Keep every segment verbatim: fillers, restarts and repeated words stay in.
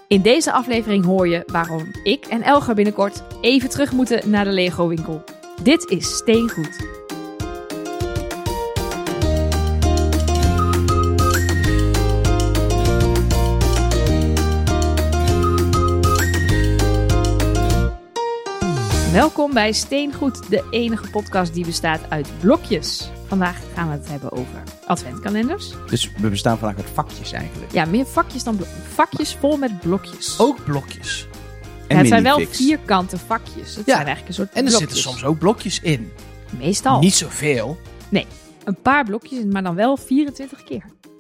In deze aflevering hoor je waarom ik en Elger binnenkort even terug moeten naar de Lego winkel. Dit is Steengoed. Welkom bij Steengoed, de enige podcast die bestaat uit blokjes. Vandaag gaan we het hebben over adventkalenders. Dus we bestaan vandaag uit vakjes eigenlijk. Ja, meer vakjes dan blokjes. Vakjes vol met blokjes. Ook blokjes. Ja, het zijn wel vierkante vakjes. Het Ja. zijn eigenlijk een soort En er blokjes. zitten soms ook blokjes in. Meestal. Niet zoveel. Nee, een paar blokjes, maar dan wel vierentwintig keer.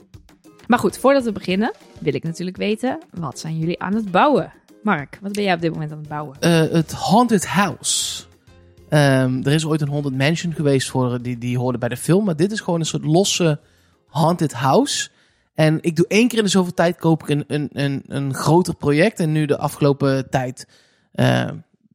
Maar goed, voordat we beginnen wil ik natuurlijk weten, wat zijn jullie aan het bouwen? Mark, wat ben jij op dit moment aan het bouwen? Uh, het Haunted House. Um, er is ooit een Haunted Mansion geweest voor die, die hoorde bij de film. Maar dit is gewoon een soort losse Haunted House. En ik doe één keer in de zoveel tijd koop ik een, een, een, een groter project. En nu de afgelopen tijd... Uh,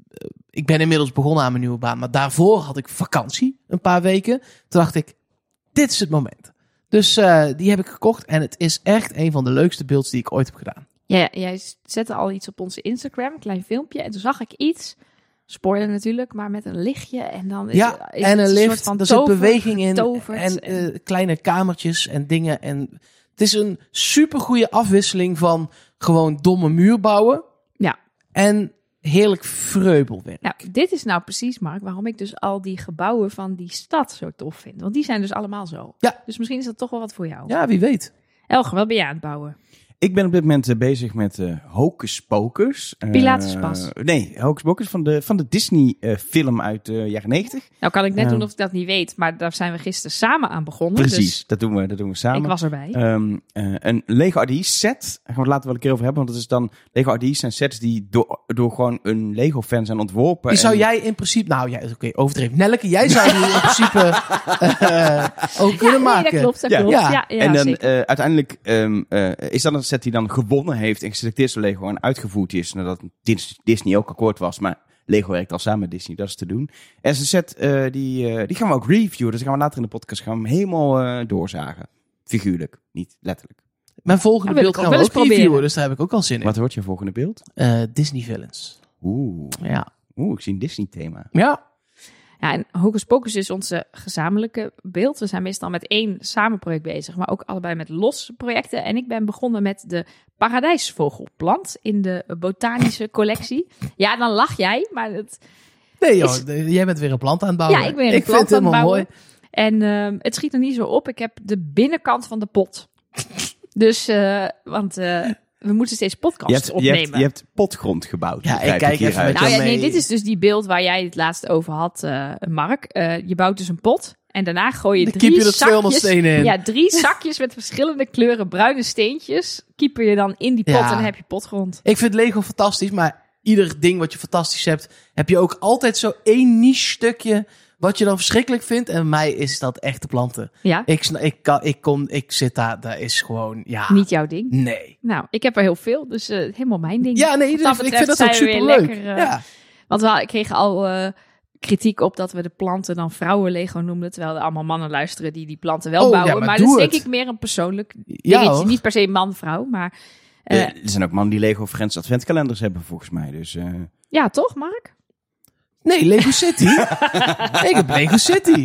ik ben inmiddels begonnen aan mijn nieuwe baan. Maar daarvoor had ik vakantie, een paar weken. Toen dacht ik, dit is het moment. Dus uh, die heb ik gekocht. En het is echt een van de leukste builds die ik ooit heb gedaan. Ja, jij zette al iets op onze Instagram, een klein filmpje. En toen zag ik iets, spoiler natuurlijk, maar met een lichtje. En dan is, ja, is en het een soort lift, van er zit tover, beweging in. getoverd En uh, kleine kamertjes en dingen. En het is een supergoeie afwisseling van gewoon domme muur bouwen. Ja. En heerlijk vreubelwerk. Nou, dit is nou precies, Mark, waarom ik dus al die gebouwen van die stad zo tof vind. Want die zijn dus allemaal zo. Ja. Dus misschien is dat toch wel wat voor jou. Ja, wie weet. Elger, wat ben jij aan het bouwen? Ik ben op dit moment uh, bezig met uh, Hocus Pocus. Uh, Pilatus pas. Nee, Hocus Pocus van de, van de Disney uh, film uit de uh, jaren negentig. Nou kan ik net Um, doen of ik dat niet weet, maar daar zijn we gisteren samen aan begonnen. Precies, Dus dat, doen we, dat doen we samen. ik was erbij. Um, uh, een Lego R D set, daar gaan we het later wel een keer over hebben. Want dat is dan, Lego R D zijn sets die door, door gewoon een Lego fan zijn ontworpen. Die zou en... jij in principe... Nou, ja, oké, okay, overdreven. Nelleke, jij zou die in principe uh, ook kunnen ja, maken. Nee, dat klopt, dat Ja. klopt. Ja. Ja. Ja, ja, en dan zeker. uh, uiteindelijk um, uh, is dat een set die dan gewonnen heeft en geselecteerd door Lego en uitgevoerd is. Nadat Disney ook akkoord was, maar Lego werkt al samen met Disney, dat is te doen. En zijn set, uh, die, uh, die gaan we ook reviewen. Dus gaan we later in de podcast gaan we hem helemaal uh, doorzagen. Figuurlijk, niet letterlijk. Mijn volgende Dat wil beeld ik gaan ook we wel ook eens reviewen, proberen. dus daar heb ik ook al zin in. Wat wordt je volgende beeld? Uh, Disney villains. Oeh, Ja. Oeh, ik zie een Disney thema. Ja. Ja, en Hocus Pocus is onze gezamenlijke beeld. We zijn meestal met één samenproject bezig, maar ook allebei met losse projecten. En ik ben begonnen met de paradijsvogelplant in de botanische collectie. Ja, dan lach jij, maar het... Nee joh, Is- de- jij bent weer een plant aan het bouwen. Ja, ik ben een ik plant vind het aan het helemaal bouwen. mooi. En uh, het schiet er niet zo op. Ik heb de binnenkant van de pot. Dus, uh, want uh, we moeten steeds podcasts Je hebt, je, opnemen. hebt, je hebt potgrond gebouwd. Ja, begrijp ik kijk hieruit. even met Nou ja, mee. nee, dit is dus die beeld waar jij het laatst over had, uh, Mark. Uh, je bouwt dus een pot en daarna gooi je Dan drie kiep je er tweehonderd zakjes, stenen in. ja, drie zakjes met verschillende kleuren bruine steentjes. Kieper je dan in die pot Ja. en dan heb je potgrond. Ik vind Lego fantastisch, maar ieder ding wat je fantastisch hebt, heb je ook altijd zo één niche stukje wat je dan verschrikkelijk vindt. En bij mij is dat echte planten. Ja, Ik, sna- ik, kan, ik, kom, ik zit daar, daar is gewoon, ja, niet jouw ding. nee. Nou, ik heb er heel veel, dus uh, helemaal mijn ding. Ja, nee, Wat dat ik vind betreft dat ook zijn we weer superleuk. lekker, uh, Ja. Want we kregen al uh, kritiek op dat we de planten dan vrouwen Lego noemden. Terwijl er allemaal mannen luisteren die die planten wel Oh, bouwen. ja, maar maar doe dat is denk het. ik meer een persoonlijk Ja, dingetje. hoor. Niet per se man-vrouw, maar... Uh, Uh, er zijn ook mannen die Lego Friends adventkalenders hebben volgens mij. Dus, uh... ja, toch, Mark? Nee, Lego City. Ik heb Lego City.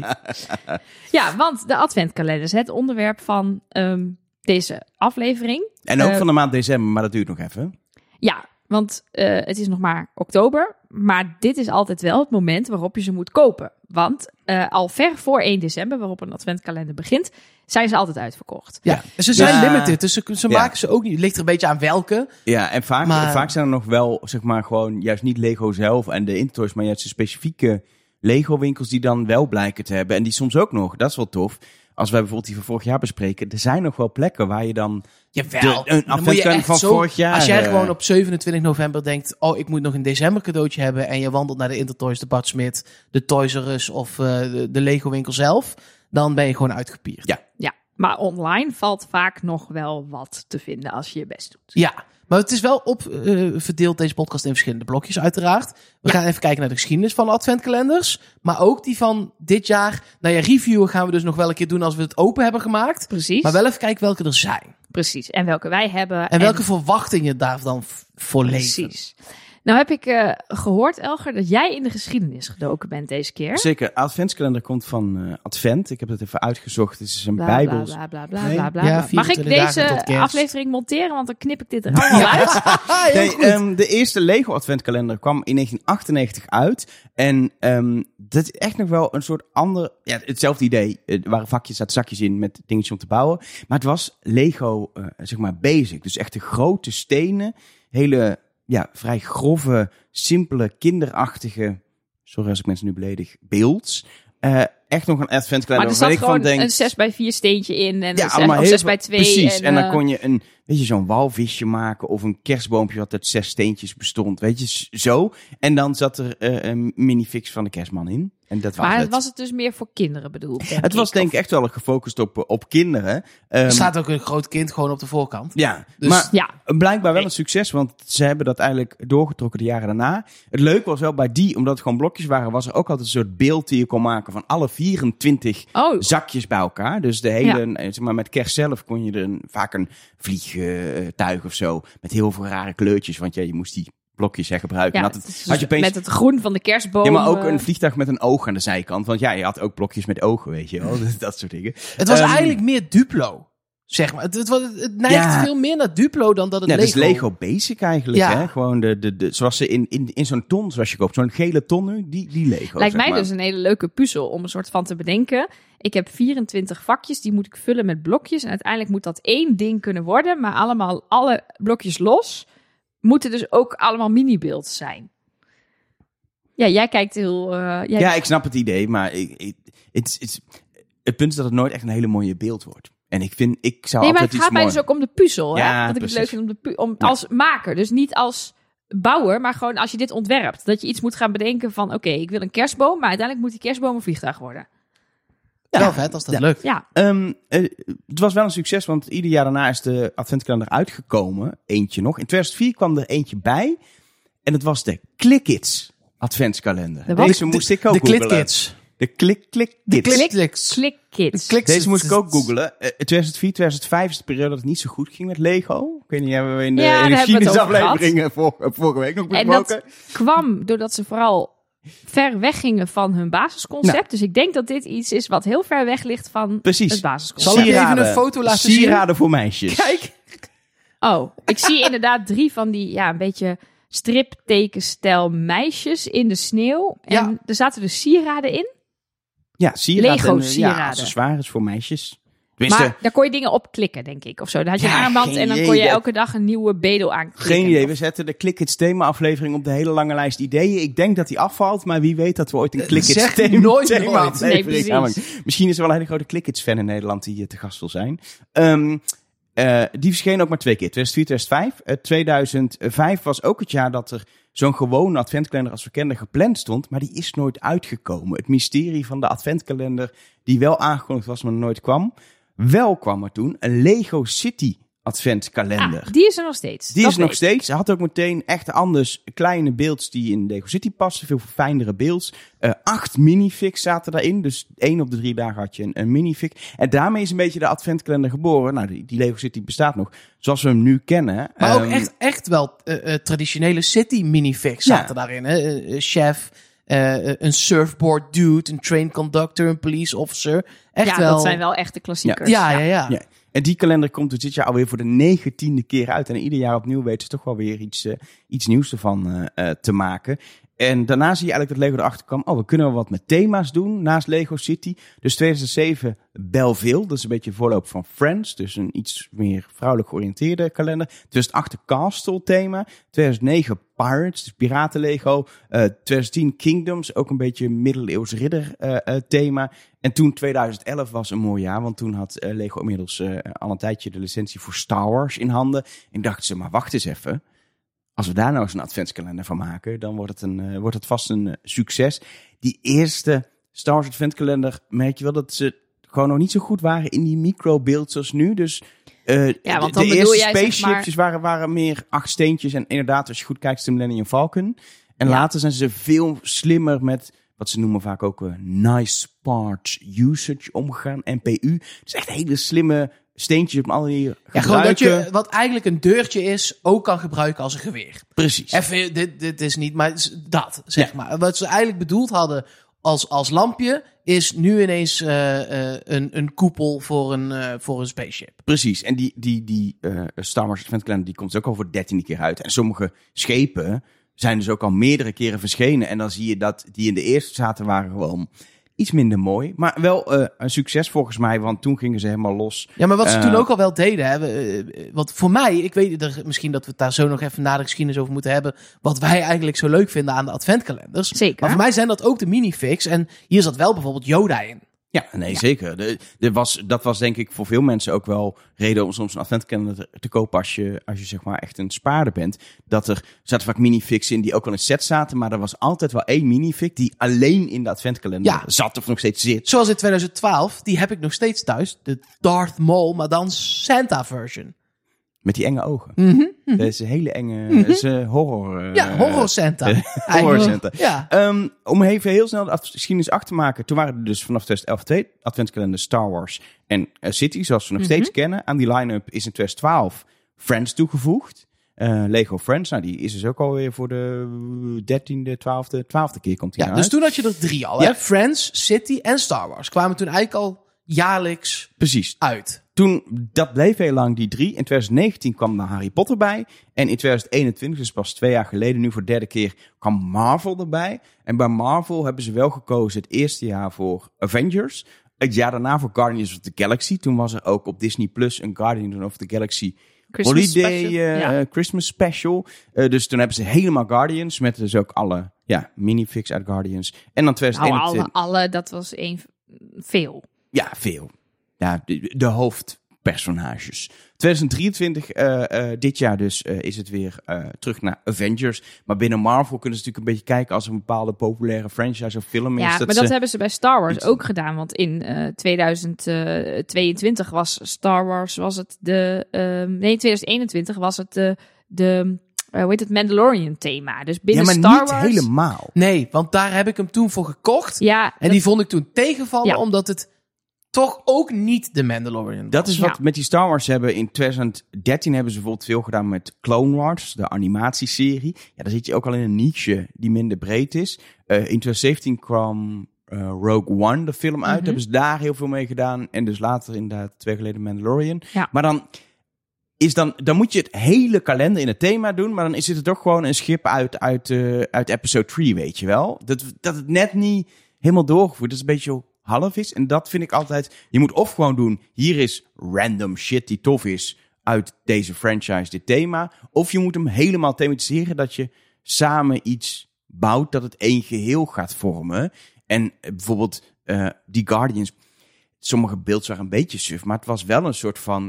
Ja, want de adventkalenders, het onderwerp van um, deze aflevering. En ook Uh, van de maand december, maar dat duurt nog even. Ja, want uh, het is nog maar oktober. Maar dit is altijd wel het moment waarop je ze moet kopen. Want uh, al ver voor één december, waarop een adventkalender begint, zijn ze altijd uitverkocht. Ja, ze zijn Ja. limited, dus ze, ze Ja. maken ze ook niet. Het ligt er een beetje aan welke. Ja, en vaak, Maar- vaak zijn er nog wel, zeg maar, gewoon juist niet Lego zelf en de Intertoys, maar juist de specifieke Lego winkels die dan wel blijken te hebben. En die soms ook nog, dat is wel tof. Als wij bijvoorbeeld die van vorig jaar bespreken, er zijn nog wel plekken waar je dan... Jawel. De- een Dan moet je adventkalender echt van zo- vorig jaar, Als jij eh. gewoon op zevenentwintig november denkt, oh, ik moet nog een december cadeautje hebben, en je wandelt naar de Intertoys, de Bart Smit, de Toys R Us of uh, de, de Lego winkel zelf, dan ben je gewoon uitgepierd. Ja. Ja, maar online valt vaak nog wel wat te vinden als je je best doet. Ja. Maar het is wel op uh, verdeeld, deze podcast, in verschillende blokjes uiteraard. We Ja. gaan even kijken naar de geschiedenis van de adventkalenders. Maar ook die van dit jaar. Nou ja, reviewen gaan we dus nog wel een keer doen als we het open hebben gemaakt. Precies. Maar wel even kijken welke er zijn. Precies. En welke wij hebben. En welke en... verwachtingen daar dan f- voor leven. Precies. Nou heb ik uh, gehoord, Elger, dat jij in de geschiedenis gedoken bent deze keer. Zeker. Adventskalender komt van uh, Advent. Ik heb het even uitgezocht. Het is een bla, bijbels... Bla, bla, bla, nee? bla, bla, bla. Ja, Mag ik deze aflevering monteren? Want dan knip ik dit er allemaal uit. nee, um, de eerste Lego Adventkalender kwam in negentien achtennegentig uit. En um, dat is echt nog wel een soort ander... Ja, hetzelfde idee. Er waren vakjes, zaten zakjes in met dingetjes om te bouwen. Maar het was Lego, uh, zeg maar, basic. Dus echt de grote stenen. Hele... Ja, vrij grove, simpele, kinderachtige, sorry als ik mensen nu beledig, beelds. Uh, echt nog een adventkalender. Maar er zat gewoon denk, een zes bij vier steentje in en ja, een of zes bij twee. Precies, en, en dan uh, kon je een, weet je, zo'n walvisje maken of een kerstboompje wat uit zes steentjes bestond. Weet je, zo. En dan zat er uh, een minifix van de kerstman in. En dat was maar het. was het dus meer voor kinderen bedoeld? Het was ik, denk ik echt wel gefocust op, op kinderen. Um, er staat ook een groot kind gewoon op de voorkant. Ja, dus, maar ja. blijkbaar wel een succes, want ze hebben dat eigenlijk doorgetrokken de jaren daarna. Het leuke was wel bij die, omdat het gewoon blokjes waren, was er ook altijd een soort beeld die je kon maken van alle vierentwintig oh. zakjes bij elkaar. Dus de hele, ja. zeg maar, met kerst zelf kon je er een, vaak een vliegtuig of zo, met heel veel rare kleurtjes, want ja, je moest die blokjes hè, gebruiken. Ja, had het, het had je opeens... Met het groen van de kerstboom. Ja, maar ook een vliegtuig met een oog aan de zijkant. Want ja, je had ook blokjes met ogen, weet je wel. dat soort dingen. Het was um, eigenlijk meer Duplo, zeg maar. Het, het, het, het neigt ja. veel meer naar Duplo dan dat het ja, Lego... Ja, het is Lego Basic eigenlijk, ja. hè. Gewoon de, de, de, zoals ze in, in, in zo'n ton, zoals je koopt. Zo'n gele ton nu, die, die Lego. Lijkt mij maar. dus een hele leuke puzzel om een soort van te bedenken. Ik heb vierentwintig vakjes, die moet ik vullen met blokjes. En uiteindelijk moet dat één ding kunnen worden. Maar allemaal, alle blokjes los... moeten dus ook allemaal mini-beelds zijn. Ja, jij kijkt heel... Uh, jij... Ja, ik snap het idee, maar ik, ik, it's, it's, het punt is dat het nooit echt een hele mooie beeld wordt. En ik vind, ik zou nee, maar altijd het gaat mij mooi... dus ook om de puzzel. Ja, hè? Dat precies. ik het leuk vind om, de pu- om ja. als maker. Dus niet als bouwer, maar gewoon als je dit ontwerpt. Dat je iets moet gaan bedenken van... oké, okay, ik wil een kerstboom, maar uiteindelijk moet die kerstboom een vliegtuig worden. Ja, wel vet als dat ja. lukt. Ja. Um, uh, het was wel een succes, want ieder jaar daarna is de adventkalender uitgekomen. Eentje nog. In tweeduizend vier kwam er eentje bij. En het was de Click-Its adventskalender. Deze de, moest ik ook de googlen. Click-Kids. De Click-Click-Kids. De Click-Kids. Click-Kids. Deze moest ik ook googlen. Uh, tweeduizend vier, tweeduizend vijf is de periode dat het niet zo goed ging met Lego. Ik weet niet, hebben we in de, ja, in de geschiedenisaflevering vorige, vorige week nog besproken. En dat kwam doordat ze vooral... ver weg gingen van hun basisconcept. Nou. Dus ik denk dat dit iets is wat heel ver weg ligt van Precies. het basisconcept. Zal ik even een foto laten sieraden zien? Sieraden voor meisjes. Kijk. Oh, ik zie inderdaad drie van die, ja, een beetje striptekenstijl meisjes in de sneeuw. En ja. er zaten dus sieraden in. Ja, sieraden. Lego en, sieraden. Ja, accessoires voor meisjes. Tenminste, maar daar kon je dingen op klikken, denk ik. Of zo. Dan had je ja, een armband en dan kon je elke dag een nieuwe bedel aanklikken. Geen idee. We zetten de Click-Its thema-aflevering op de hele lange lijst ideeën. Ik denk dat die afvalt, maar wie weet dat we ooit een Click-Its thema-aflevering gaan maken. Misschien is er wel een hele grote Click-Its-fan in Nederland die uh, te gast wil zijn. Um, uh, die verscheen ook maar twee keer. tweeduizend vier, tweeduizend vijf. Uh, tweeduizend vijf was ook het jaar dat er zo'n gewone adventkalender als we kenden gepland stond, maar die is nooit uitgekomen. Het mysterie van de adventkalender die wel aangekondigd was, maar nooit kwam. Wel kwam er toen een Lego City adventkalender. Ah, die is er nog steeds. Die dat is er nog steeds. Hij had ook meteen echt anders kleine beelds die in Lego City passen. Veel fijnere beelds. Uh, acht minifigs zaten daarin. Dus één op de drie dagen had je een, een minifig. En daarmee is een beetje de adventkalender geboren. Nou, die, die Lego City bestaat nog zoals we hem nu kennen. Maar um, ook echt, echt wel uh, uh, traditionele City minifigs zaten ja. daarin. Hè? Uh, uh, chef... Uh, een surfboard dude, een train conductor, een police officer. Echt ja, wel... dat zijn wel echte klassiekers. Ja, ja, ja. ja. ja. En die kalender komt dus dit jaar alweer voor de negentiende keer uit. En ieder jaar opnieuw weten ze toch wel weer iets, uh, iets nieuws ervan uh, uh, te maken. En daarna zie je eigenlijk dat Lego erachter kwam. Oh, we kunnen wel wat met thema's doen naast Lego City. Dus tweeduizend zeven Belleville. Dat is een beetje een voorloop van Friends. Dus een iets meer vrouwelijk georiënteerde kalender. tweeduizend acht Castle thema. tweeduizend negen Pirates, dus piraten Lego. Uh, tweeduizend tien Kingdoms, ook een beetje middeleeuws ridder uh, uh, thema. En toen tweeduizend elf was een mooi jaar. Want toen had uh, Lego inmiddels uh, al een tijdje de licentie voor Star Wars in handen. En dachten ze, maar wacht eens even. Als we daar nou eens een adventskalender van maken, dan wordt het, een, uh, wordt het vast een uh, succes. Die eerste Star Wars adventskalender merk je wel dat ze gewoon nog niet zo goed waren in die microbeelds als nu. Dus uh, ja, want de, dan de eerste eerste spaceships zeg maar... waren, waren meer acht steentjes. En inderdaad, als je goed kijkt, is de Millennium Falcon. En ja. later zijn ze veel slimmer met wat ze noemen vaak ook uh, nice parts usage omgegaan, N P U. Dus echt hele slimme steentjes op alle manieren Ja, gewoon dat gebruiken. je, wat eigenlijk een deurtje is, ook kan gebruiken als een geweer. Precies. Even, dit, dit is niet, maar dat, zeg Ja. maar. Wat ze eigenlijk bedoeld hadden als, als lampje, is nu ineens uh, uh, een, een koepel voor een, uh, voor een spaceship. Precies. En die, die, die uh, Star Wars Advent Calendar, die komt ook al voor de dertiende keer uit. En sommige schepen zijn dus ook al meerdere keren verschenen. En dan zie je dat die in de eerste zaten waren gewoon iets minder mooi. Maar wel uh, een succes volgens mij, want toen gingen ze helemaal los. Ja, maar wat ze Uh, toen ook al wel deden, hè, we, uh, wat voor mij, ik weet er, misschien dat we het daar zo nog even na de geschiedenis over moeten hebben, wat wij eigenlijk zo leuk vinden aan de adventkalenders. Zeker. Maar voor mij zijn dat ook de minifix. En hier zat wel bijvoorbeeld Yoda in. Ja, nee, Ja. zeker. De, de was, dat was denk ik voor veel mensen ook wel reden om soms een adventkalender te, te kopen als je, als je zeg maar echt een spaarder bent. Dat er zaten vaak minifix in die ook wel in set zaten, maar er was altijd wel één minifix die alleen in de adventkalender Ja. zat of nog steeds zit. Zoals in twintig twaalf, die heb ik nog steeds thuis. De Darth Maul, maar dan Santa version. Met die enge ogen. Mhm. Dat is een hele enge dat is, uh, horror. uh, Ja, horror Santa. horror Santa. Ja. Um, om even heel snel de af- geschiedenis achter te maken. Toen waren er dus vanaf twintig elf twee adventkalender Star Wars en uh, City, zoals we nog Mhm. steeds kennen. Aan die line-up is in twintig twaalf Friends toegevoegd. Uh, Lego Friends, nou die is dus ook alweer voor de dertiende, twaalfde, twaalfde keer komt hij Ja, uit. dus toen had je er drie al. Ja. Hè? Friends, City en Star Wars kwamen toen eigenlijk al jaarlijks Precies. uit. Toen, dat bleef heel lang, die drie. In twintig negentien kwam er Harry Potter bij. En in twintig eenentwintig, dus pas twee jaar geleden, nu voor de derde keer, kwam Marvel erbij. En bij Marvel hebben ze wel gekozen het eerste jaar voor Avengers. Het jaar daarna voor Guardians of the Galaxy. Toen was er ook op Disney Plus een Guardians of the Galaxy Christmas Holiday special. uh, Ja. Christmas special. Uh, dus toen hebben ze helemaal Guardians, met dus ook alle ja, minifix uit Guardians. En dan twintig Nou, eenentwintig. alle, alle, dat was één veel. Ja, veel. Ja, de, de hoofdpersonages. twintig drieëntwintig, uh, uh, dit jaar dus, uh, is het weer uh, terug naar Avengers. Maar binnen Marvel kunnen ze natuurlijk een beetje kijken als er een bepaalde populaire franchise of film is. Ja, dat maar dat ze... hebben ze bij Star Wars iets- ook gedaan. Want in uh, tweeduizend tweeëntwintig was Star Wars, was het de... Um, nee, twintig eenentwintig was het de... de uh, hoe heet het? Mandalorian thema. Dus Ja, binnen maar Star niet Wars... helemaal. Nee, want daar heb ik hem toen voor gekocht. Ja, En die vond ik toen tegenvallen, Ja. omdat het toch ook niet de Mandalorian Dat is Ja. wat met die Star Wars hebben. In twintig dertien hebben ze bijvoorbeeld veel gedaan met Clone Wars, de animatieserie. Ja, daar zit je ook al in een niche die minder breed is. Uh, in twintig zeventien kwam uh, Rogue One, de film, uit. Mhm. Hebben ze daar heel veel mee gedaan. En dus later inderdaad twee geleden Mandalorian. Ja. Maar dan is dan, dan moet je het hele kalender in het thema doen. Maar dan is het toch gewoon een schip uit, uit, uh, uit episode drie, weet je wel. Dat, dat het net niet helemaal doorgevoerd. Dat is een beetje half is. En dat vind ik altijd... Je moet of gewoon doen... Hier is random shit die tof is... uit deze franchise, dit thema. Of je moet hem helemaal thematiseren... dat je samen iets bouwt... dat het één geheel gaat vormen. En uh, bijvoorbeeld uh, die Guardians... Sommige beelds waren een beetje suf... maar het was wel een soort van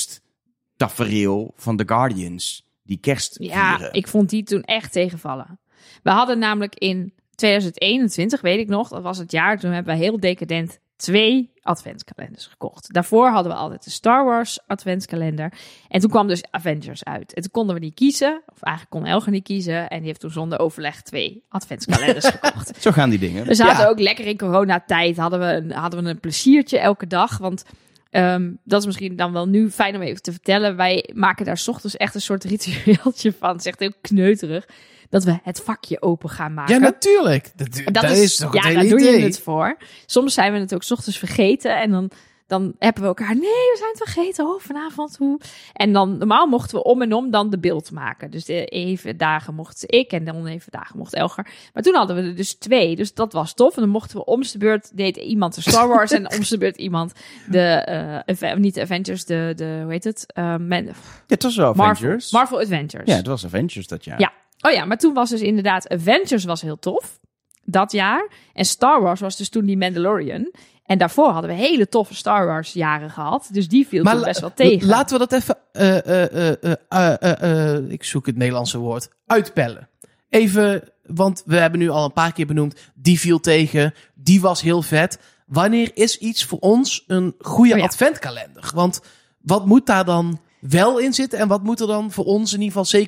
kersttafereel... van de Guardians... die kerst ja, vieren. ik vond die toen echt tegenvallen. We hadden namelijk in twintig eenentwintig, weet ik nog, dat was het jaar, toen hebben we heel decadent twee adventskalenders gekocht. Daarvoor hadden we altijd de Star Wars adventskalender. En toen kwam dus Avengers uit. En toen konden we niet kiezen, of eigenlijk kon Elger niet kiezen. En die heeft toen zonder overleg twee adventskalenders gekocht. Zo gaan die dingen. We zaten Ja. ook lekker in coronatijd, hadden we een, hadden we een pleziertje elke dag, want... Um, dat is misschien dan wel nu fijn om even te vertellen. Wij maken daar 's ochtends echt een soort ritueeltje van. Het is echt heel kneuterig. Dat we het vakje open gaan maken. Ja, natuurlijk. Dat, En dat is, toch ja, het daar hele doe idee. je het voor. Soms zijn we het ook 's ochtends vergeten. En dan, dan hebben we elkaar. Nee, we zijn het vergeten. Oh, vanavond hoe. En dan normaal mochten we om en om dan de beeld maken. Dus de even dagen mocht ik en dan even dagen mocht Elger. Maar toen hadden we er dus twee. Dus dat was tof. En dan mochten we om de beurt deed iemand de Star Wars en om de beurt iemand de uh, Ave- niet de Avengers, de de hoe heet het? Uh, Man, Ja, het was wel Marvel, Avengers. Marvel Adventures. Ja, het was Avengers dat jaar. Ja. Oh ja, maar toen was dus inderdaad Avengers was heel tof. Dat jaar. En Star Wars was dus toen die Mandalorian. En daarvoor hadden we hele toffe Star Wars jaren gehad. Dus die viel toen la- best wel tegen. Laten we dat even, uh, uh, uh, uh, uh, uh, ik zoek het Nederlandse woord, uitpellen. Even, want we hebben nu al een paar keer benoemd, die viel tegen, die was heel vet. Wanneer is iets voor ons een goede Oh ja. adventkalender? Want wat moet daar dan wel in zitten en wat moet er dan voor ons in ieder geval zeker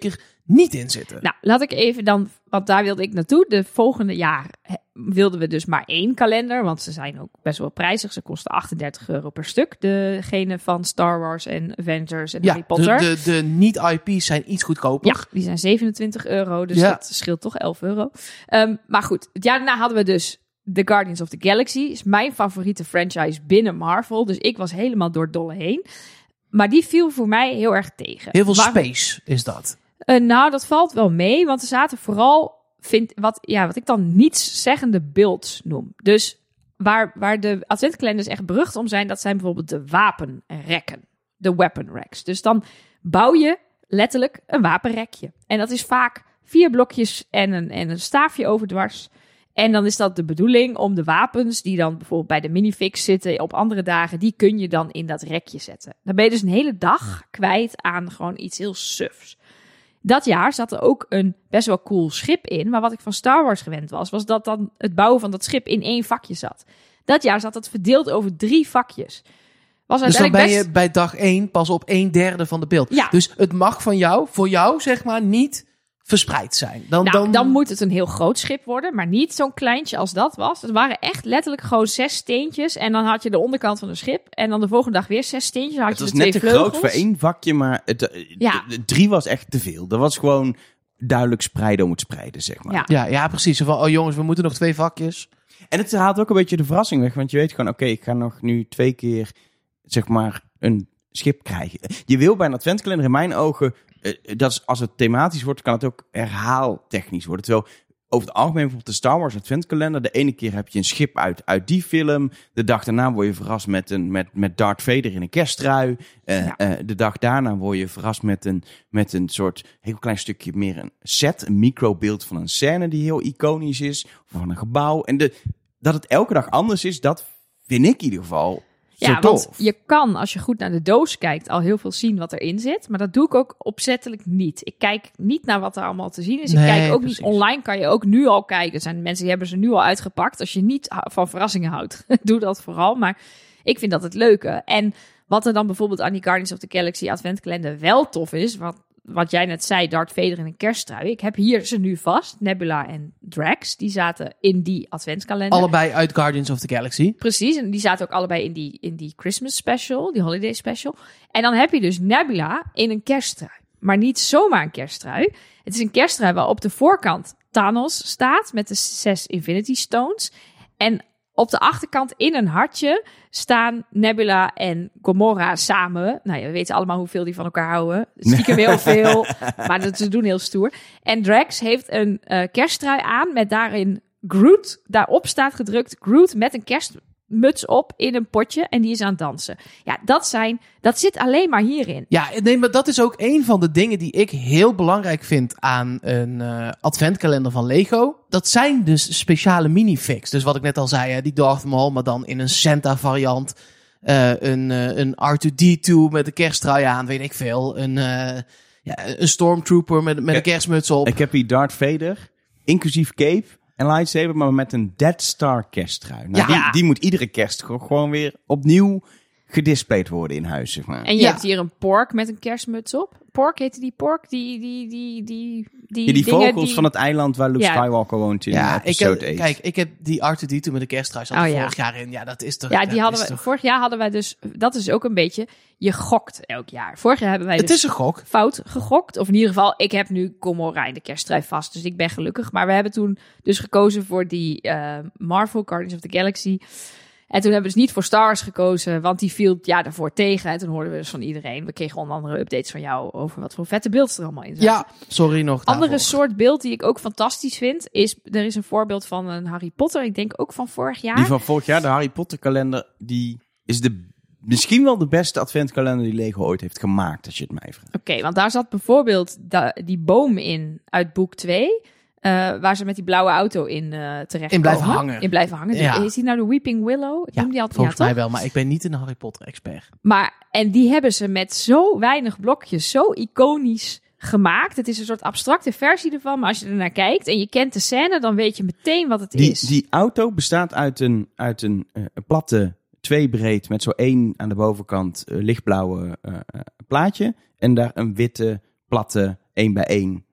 niet in zitten. Nou, laat ik even dan, want daar wilde ik naartoe. De volgende jaar he, wilden we dus maar één kalender, want ze zijn ook best wel prijzig. Ze kosten achtendertig euro per stuk. Degene van Star Wars en Avengers en Ja, Harry Potter. de, de, de niet-I P's zijn iets goedkoper. Ja, die zijn zevenentwintig euro, dus Ja. dat scheelt toch elf euro. Um, maar goed, het jaar daarna hadden we dus The Guardians of the Galaxy. Is mijn favoriete franchise binnen Marvel, dus ik was helemaal door het dolle heen. Maar die viel voor mij heel erg tegen. Heel veel Waarom? space is dat. Uh, nou, dat valt wel mee, want er zaten vooral, vind, wat, ja, wat ik dan nietszeggende builds noem. Dus waar, waar de adventkalenders echt berucht om zijn, dat zijn bijvoorbeeld de wapenrekken. De weapon racks. Dus dan bouw je letterlijk een wapenrekje. En dat is vaak vier blokjes en een, en een staafje overdwars. En dan is dat de bedoeling om de wapens die dan bijvoorbeeld bij de minifix zitten op andere dagen, die kun je dan in dat rekje zetten. Dan ben je dus een hele dag kwijt aan gewoon iets heel sufs. Dat jaar zat er ook een best wel cool schip in. Maar wat ik van Star Wars gewend was, was dat dan het bouwen van dat schip in één vakje zat. Dat jaar zat het verdeeld over drie vakjes. Was Dus dan ben best... je bij dag één pas op een derde van de beeld. Ja. Dus het mag van jou, voor jou zeg maar, niet verspreid zijn. Dan, Nou, dan... dan moet het een heel groot schip worden, maar niet zo'n kleintje als dat was. Het waren echt letterlijk gewoon zes steentjes en dan had je de onderkant van een schip en dan de volgende dag weer zes steentjes. Dan had Het je was de net twee te vleugels. groot voor één vakje, maar het, eh, Ja. d- d- drie was echt te veel. Dat was gewoon duidelijk spreiden om het spreiden, zeg maar. Ja. Ja, ja, precies. Zo van, oh jongens, we moeten nog twee vakjes. En het haalt ook een beetje de verrassing weg, want je weet gewoon, oké, ik ga nog nu twee keer, zeg maar, een schip krijgen. Je wil bij een adventkalender in mijn ogen, uh, dat is, als het thematisch wordt, kan het ook herhaaltechnisch worden. Terwijl over het algemeen bijvoorbeeld de Star Wars adventkalender, de ene keer heb je een schip uit, uit die film, de dag daarna word je verrast met, een, met, met Darth Vader in een kersttrui, uh, Ja. uh, de dag daarna word je verrast met een, met een soort heel klein stukje meer een set, een microbeeld van een scène die heel iconisch is, of van een gebouw. En de, dat het elke dag anders is, dat vind ik in ieder geval zo Ja, tof. want je kan, als je goed naar de doos kijkt, al heel veel zien wat erin zit. Maar dat doe ik ook opzettelijk niet. Ik kijk niet naar wat er allemaal te zien is. Nee, ik kijk ook precies. niet online, kan je ook nu al kijken. Er zijn mensen die hebben ze nu al uitgepakt. Als je niet van verrassingen houdt, doe dat vooral. Maar ik vind dat het leuke. En wat er dan bijvoorbeeld aan die Guardians of the Galaxy adventkalender wel tof is, wat, wat jij net zei, Darth Vader in een kersttrui. Ik heb hier ze nu vast, Nebula en Drax. Die zaten in die adventskalender. Allebei uit Guardians of the Galaxy. Precies, en die zaten ook allebei in die, in die Christmas special, die holiday special. En dan heb je dus Nebula in een kersttrui. Maar niet zomaar een kersttrui. Het is een kersttrui waar op de voorkant Thanos staat met de zes Infinity Stones. En op de achterkant in een hartje staan Nebula en Gamora samen. Nou ja, we weten allemaal hoeveel die van elkaar houden. Stiekem heel veel, maar dat, ze doen heel stoer. En Drax heeft een uh, kersttrui aan met daarin Groot. Daarop staat gedrukt Groot met een kerstmuts op in een potje en die is aan het dansen. Ja, dat zijn, dat zit alleen maar hierin. Ja, nee, maar dat is ook een van de dingen die ik heel belangrijk vind aan een uh, adventkalender van Lego. Dat zijn dus speciale minifigs. Dus wat ik net al zei, hè, die Darth Maul, maar dan in een Santa variant. Uh, een, uh, een R twee D twee met een kersttrui aan, weet ik veel. Een, uh, ja, een Stormtrooper met, met een kerstmuts op. Ik heb hier Darth Vader, inclusief cape en lightsaber, maar met een Death Star kersttrui. Nou, Ja. die, die moet iedere kerst gewoon weer opnieuw gedisplayed worden in huis, zeg maar. En je Ja. hebt hier een pork met een kerstmuts op. Pork, heette die pork? Die, die, die, die, die, Ja, die dingen vogels die... van het eiland waar Luke Ja. Skywalker woont in Ja, ik episode heb, eight. kijk, ik heb die R twee D twee met de kersttrui zat er Oh, ja. vorig jaar in. Ja, dat is toch... Ja, dat die hadden is we, toch- vorig jaar hadden wij dus, dat is ook een beetje, je gokt elk jaar. Vorig jaar hebben wij Het dus is een gok. fout gegokt. Of in ieder geval, ik heb nu Gamora in de kersttrui vast, dus ik ben gelukkig. Maar we hebben toen dus gekozen voor die uh, Marvel Guardians of the Galaxy. En toen hebben we dus niet voor Star Wars gekozen, want die viel ja daarvoor tegen. En toen hoorden we dus van iedereen, we kregen onder andere updates van jou over wat voor vette beelds er allemaal in zaten. Ja, sorry nog Andere daarvoor. soort beeld die ik ook fantastisch vind, is, er is een voorbeeld van een Harry Potter, ik denk ook van vorig jaar. Die van vorig jaar, de Harry Potter kalender, die is de, misschien wel de beste adventkalender die Lego ooit heeft gemaakt, als je het mij vraagt. Oké, want daar zat bijvoorbeeld da- die boom in uit boek twee. Uh, waar ze met die blauwe auto in uh, terecht In blijven komen. hangen. In blijven hangen. Ja. Is die nou de Weeping Willow? Ik Ja, noem die altijd, volgens ja, mij toch? wel, maar ik ben niet een Harry Potter expert. Maar, en die hebben ze met zo weinig blokjes, zo iconisch gemaakt. Het is een soort abstracte versie ervan, maar als je er naar kijkt en je kent de scène, dan weet je meteen wat het Die, is. die auto bestaat uit een, uit een, uh, een platte, twee breed, met zo één aan de bovenkant uh, lichtblauwe uh, uh, plaatje. En daar een witte, platte, één bij één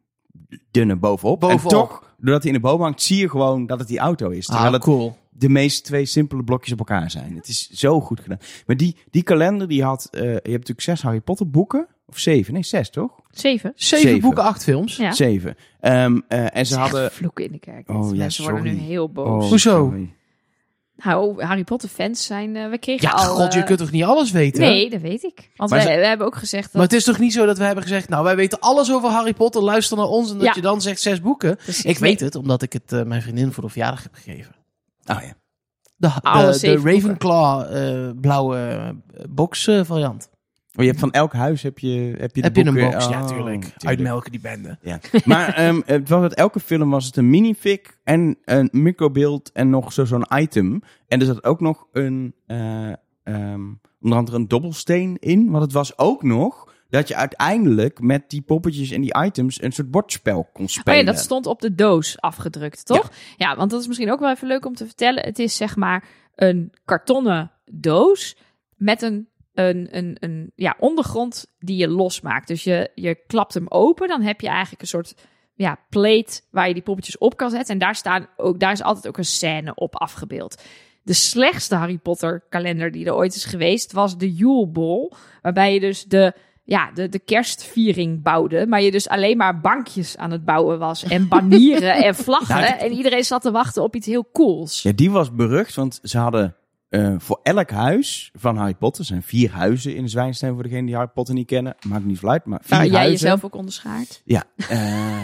dunne bovenop. Bovenop. En toch, doordat hij in de boom hangt, zie je gewoon dat het die auto is. Terwijl Ah, het cool. de meest twee simpele blokjes op elkaar zijn. Het is zo goed gedaan. Maar die, die kalender, die had... Uh, je hebt natuurlijk zes Harry Potter boeken. Of zeven? Nee, zes, toch? Zeven. Zeven, Zeven. boeken, acht films. Ja. Zeven. Um, uh, en ze hadden... vloeken in de kerk. Oh, ja, Mensen worden sorry. nu heel boos. Oh, Hoezo? sorry. Nou, Harry Potter fans zijn... Uh, we kregen Ja, al... god, je uh, kunt toch niet alles weten? Nee, dat weet ik. Want Maar we, ze- we hebben ook gezegd Maar dat... het is toch niet zo dat we hebben gezegd... Nou, wij weten alles over Harry Potter. Luister naar ons. En dat Ja. je dan zegt zes boeken. Precies. Ik weet het, omdat ik het uh, mijn vriendin voor de verjaardag heb gegeven. Oh ja. De, Alle de, de zeven Ravenclaw uh, blauwe uh, box uh, variant. Oh, je hebt van elk huis heb je, heb je de Heb je een boeken. box? Oh, Ja, tuurlijk. Uitmelken die bende. Ja. Maar um, het was het, elke film was het een minifig en een microbeeld en nog zo, zo'n item. En er zat ook nog een, uh, um, onder andere een dobbelsteen in. Want het was ook nog dat je uiteindelijk met die poppetjes en die items een soort bordspel kon Oh spelen. ja, dat stond op de doos afgedrukt, toch? Ja. ja, want dat is misschien ook wel even leuk om te vertellen. Het is zeg maar een kartonnen doos met een, een, een, een ja, ondergrond die je losmaakt. Dus je, je klapt hem open, dan heb je eigenlijk een soort ja, plate waar je die poppetjes op kan zetten. En daar, staan ook, daar is altijd ook een scène op afgebeeld. De slechtste Harry Potter kalender die er ooit is geweest was de Yule Ball, waarbij je dus de... Ja, de, de kerstviering bouwde. Maar je dus alleen maar bankjes aan het bouwen was. En banieren en vlaggen. Nou, En iedereen zat te wachten op iets heel cools. Ja, die was berucht, want ze hadden uh, voor elk huis van Harry Potter... er zijn vier huizen in de Zwijnstein voor degenen die Harry Potter niet kennen. Maakt niet veel uit, maar vier Waar jij huizen. jezelf ook onderschaart. Ja. Uh,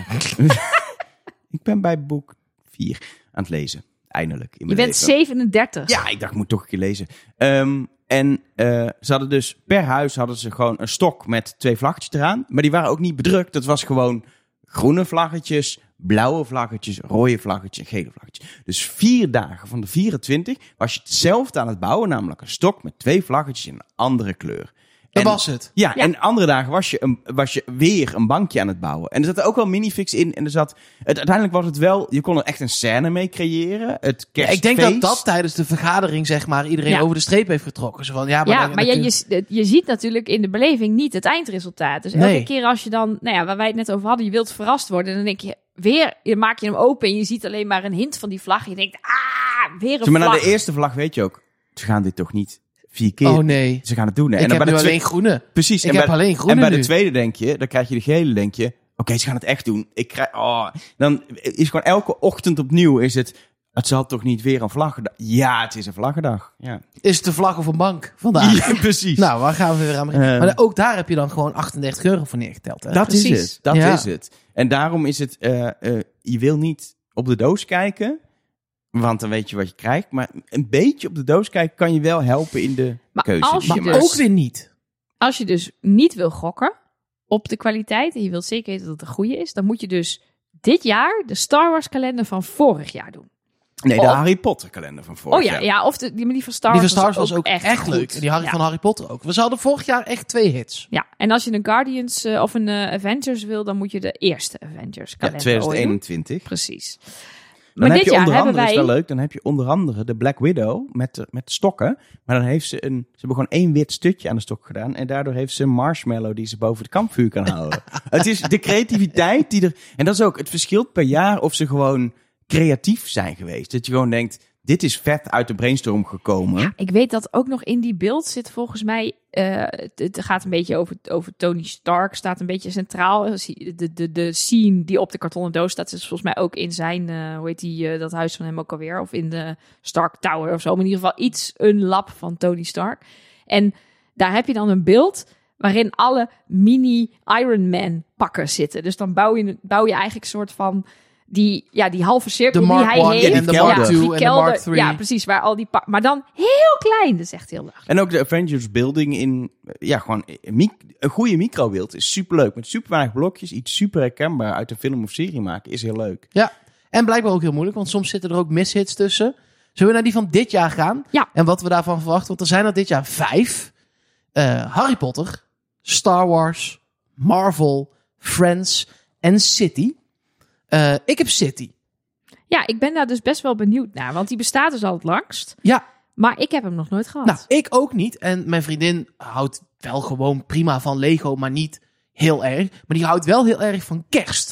ik ben bij boek vier aan het lezen. Eindelijk. In Je mijn bent leven. zevenendertig. Ja, ik dacht, ik moet toch een keer lezen. Um, en uh, ze hadden dus per huis hadden ze gewoon een stok met twee vlaggetjes eraan. Maar die waren ook niet bedrukt. Dat was gewoon groene vlaggetjes, blauwe vlaggetjes, rode vlaggetjes en gele vlaggetjes. Dus vier dagen van de vierentwintig was je hetzelfde aan het bouwen. Namelijk een stok met twee vlaggetjes in een andere kleur. Dat En- was het. Ja, Ja. en andere dagen was je, een, was je weer een bankje aan het bouwen. En er zaten ook wel minifix in. En er zat, het, uiteindelijk was het wel, je kon er echt een scène mee creëren. Het Ja, kerstfeest. ik denk dat dat tijdens de vergadering, zeg maar, iedereen Ja. over de streep heeft getrokken. Zo van, ja, maar, Ja, dan- maar dan je, kun- je, je ziet natuurlijk in de beleving niet het eindresultaat. Dus elke Nee. keer als je dan, nou ja, waar wij het net over hadden, je wilt verrast worden. Dan denk je weer, je maak je hem open en je ziet alleen maar een hint van die vlag. En je denkt, ah, weer een Zeg maar na vlag. de eerste vlag weet je ook, ze gaan dit toch niet vier keer. Oh nee. Ze gaan het doen. Hè? Ik en dan heb bij nu de alleen twee- groene. Precies. Ik en heb bij, alleen groene En bij de nu. tweede denk je, dan krijg je de gele, denk je, oké, okay, ze gaan het echt doen. Ik krijg, oh, dan is gewoon elke ochtend opnieuw is het, het zal toch niet weer een vlaggendag. Ja, het is een vlaggendag. Ja, Is het de vlag of een bank vandaag? ja precies. Nou, waar gaan we weer aan beginnen? Eh. Maar ook daar heb je dan gewoon achtendertig euro voor neergeteld. Hè? dat precies. is het. Dat Ja. is het. En daarom is het, uh, uh, je wil niet op de doos kijken, want dan weet je wat je krijgt. Maar een beetje op de doos kijken kan je wel helpen in de Maar keuze. als die je je Maar maakt. dus- ook weer niet. Als je dus niet wil gokken op de kwaliteit en je wilt zeker weten dat het een goede is, dan moet je dus dit jaar de Star Wars kalender van vorig jaar doen. Nee, de Oh. Harry Potter kalender van vorig Oh ja, jaar. ja, of de, die, maar die van Star Die Wars van Star Wars was ook echt, echt, goed. leuk. En die Harry ja. van Harry Potter ook. We hadden vorig jaar echt twee hits. Ja, en als je een Guardians eh, of een eh, Avengers wil, dan moet je de eerste Avengers Ja, kalender twintig ooit doen. eenentwintig. Precies. Dan Maar heb dit je jaar onder hebben andere, wij... is wel leuk, dan heb je onder andere de Black Widow met, de- met stokken. Maar dan heeft ze een, ze hebben gewoon één wit stukje aan de stok gedaan. En daardoor heeft ze een marshmallow die ze boven het kampvuur kan houden. Het is de creativiteit die er, en dat is ook, het verschilt per jaar of ze gewoon creatief zijn geweest. Dat je gewoon denkt, dit is vet uit de brainstorm gekomen. Ik weet dat ook nog in die beeld zit volgens mij... eh, het, het gaat een beetje over, over Tony Stark, staat een beetje centraal. De, de, de, de scene die op de kartonnen doos staat, is volgens mij ook in zijn, eh, hoe heet die, eh, dat huis van hem ook alweer. Of in de Stark Tower of zo. Maar in ieder geval iets, een lab van Tony Stark. En daar heb je dan een beeld waarin alle mini Iron Man pakken zitten. Dus dan bouw je, bouw je eigenlijk een soort van... Die, ja, die halve cirkel De die Mark hij one heeft. en de Ja, Mark die two en de kelder- Mark three. Ja, precies. Waar al die pa- maar dan heel klein. Dat is echt heel laag. En ook de Avengers building in, ja, gewoon een, mic- een goede microbeeld is superleuk. Met super weinig blokjes, iets super herkenbaar uit een film of serie maken is heel leuk. Ja. En blijkbaar ook heel moeilijk, want soms zitten er ook mishits tussen. Zullen we naar die van dit jaar gaan? Ja. En wat we daarvan verwachten? Want er zijn er dit jaar vijf. Uh, Harry Potter, Star Wars, Marvel, Friends en City. Uh, ik heb City. Ja, ik ben daar dus best wel benieuwd naar. Want die bestaat dus al het langst. Ja. Maar ik heb hem nog nooit gehad. Nou, ik ook niet. En mijn vriendin houdt wel gewoon prima van Lego, maar niet heel erg. Maar die houdt wel heel erg van kerst.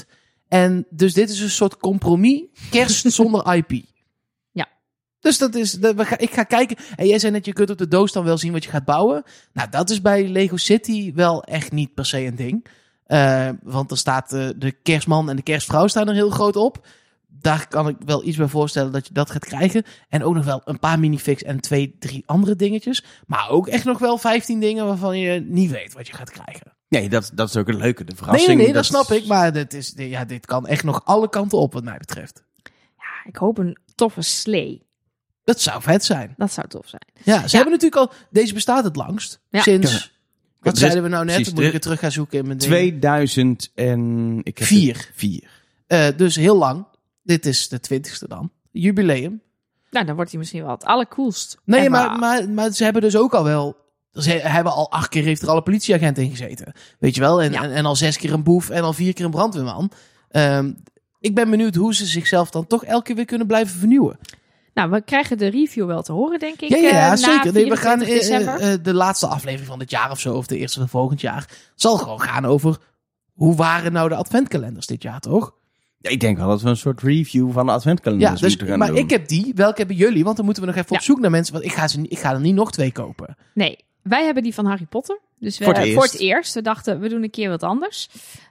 En dus dit is een soort compromis. Kerst zonder I P. Ja. Dus dat is, dat, we ga, ik ga kijken. En jij zei net, je kunt op de doos dan wel zien wat je gaat bouwen. Nou, dat is bij Lego City wel echt niet per se een ding. Uh, want er staat uh, de kerstman en de kerstvrouw staan er heel groot op. Daar kan ik wel iets bij voorstellen dat je dat gaat krijgen. En ook nog wel een paar minifigs en twee, drie andere dingetjes. Maar ook echt nog wel vijftien dingen waarvan je niet weet wat je gaat krijgen. Nee, dat, dat is ook een leuke, de verrassing. Nee, nee, nee dat, dat snap is... ik. Maar dit, is, ja, dit kan echt nog alle kanten op wat mij betreft. Ja, ik hoop een toffe slee. Dat zou vet zijn. Dat zou tof zijn. Ja, ze Ja. hebben natuurlijk al... Deze bestaat het langst. Ja. Sinds... Ja. Wat Dus- zeiden we nou net? precies, Dan moet ik de- het terug gaan zoeken in mijn dingen. tweeduizend en... Ik heb Vier. het- Vier. Uh, dus heel lang. Dit is de twintigste dan. Jubileum. Nou, dan wordt hij misschien wel het allercoolst. Nee, ever. maar, maar, maar ze hebben dus ook al wel... Ze hebben al acht keer heeft er al een politieagent in gezeten. Weet je wel? En, Ja. en, en al zes keer een boef en al vier keer een brandweerman. Um, ik ben benieuwd hoe ze zichzelf dan toch elke keer weer kunnen blijven vernieuwen. Nou, we krijgen de review wel te horen, denk ik. Ja, ja, eh, ja na zeker. Nee, we gaan vierentwintig uh, december. uh, de laatste aflevering van dit jaar of zo, of de eerste van volgend jaar, zal gewoon gaan over hoe waren nou de adventkalenders dit jaar, toch? Ja, ik denk wel dat we een soort review van de Ja, adventkalenders dus, moeten gaan maar doen. ik heb die. Welke hebben jullie? Want dan moeten we nog even Ja. op zoek naar mensen. Want ik ga, ze, niet- ik ga er niet nog twee kopen. Nee, wij hebben die van Harry Potter. Dus we, Voor het voor eerst. het eerst. We dachten, we doen een keer wat anders.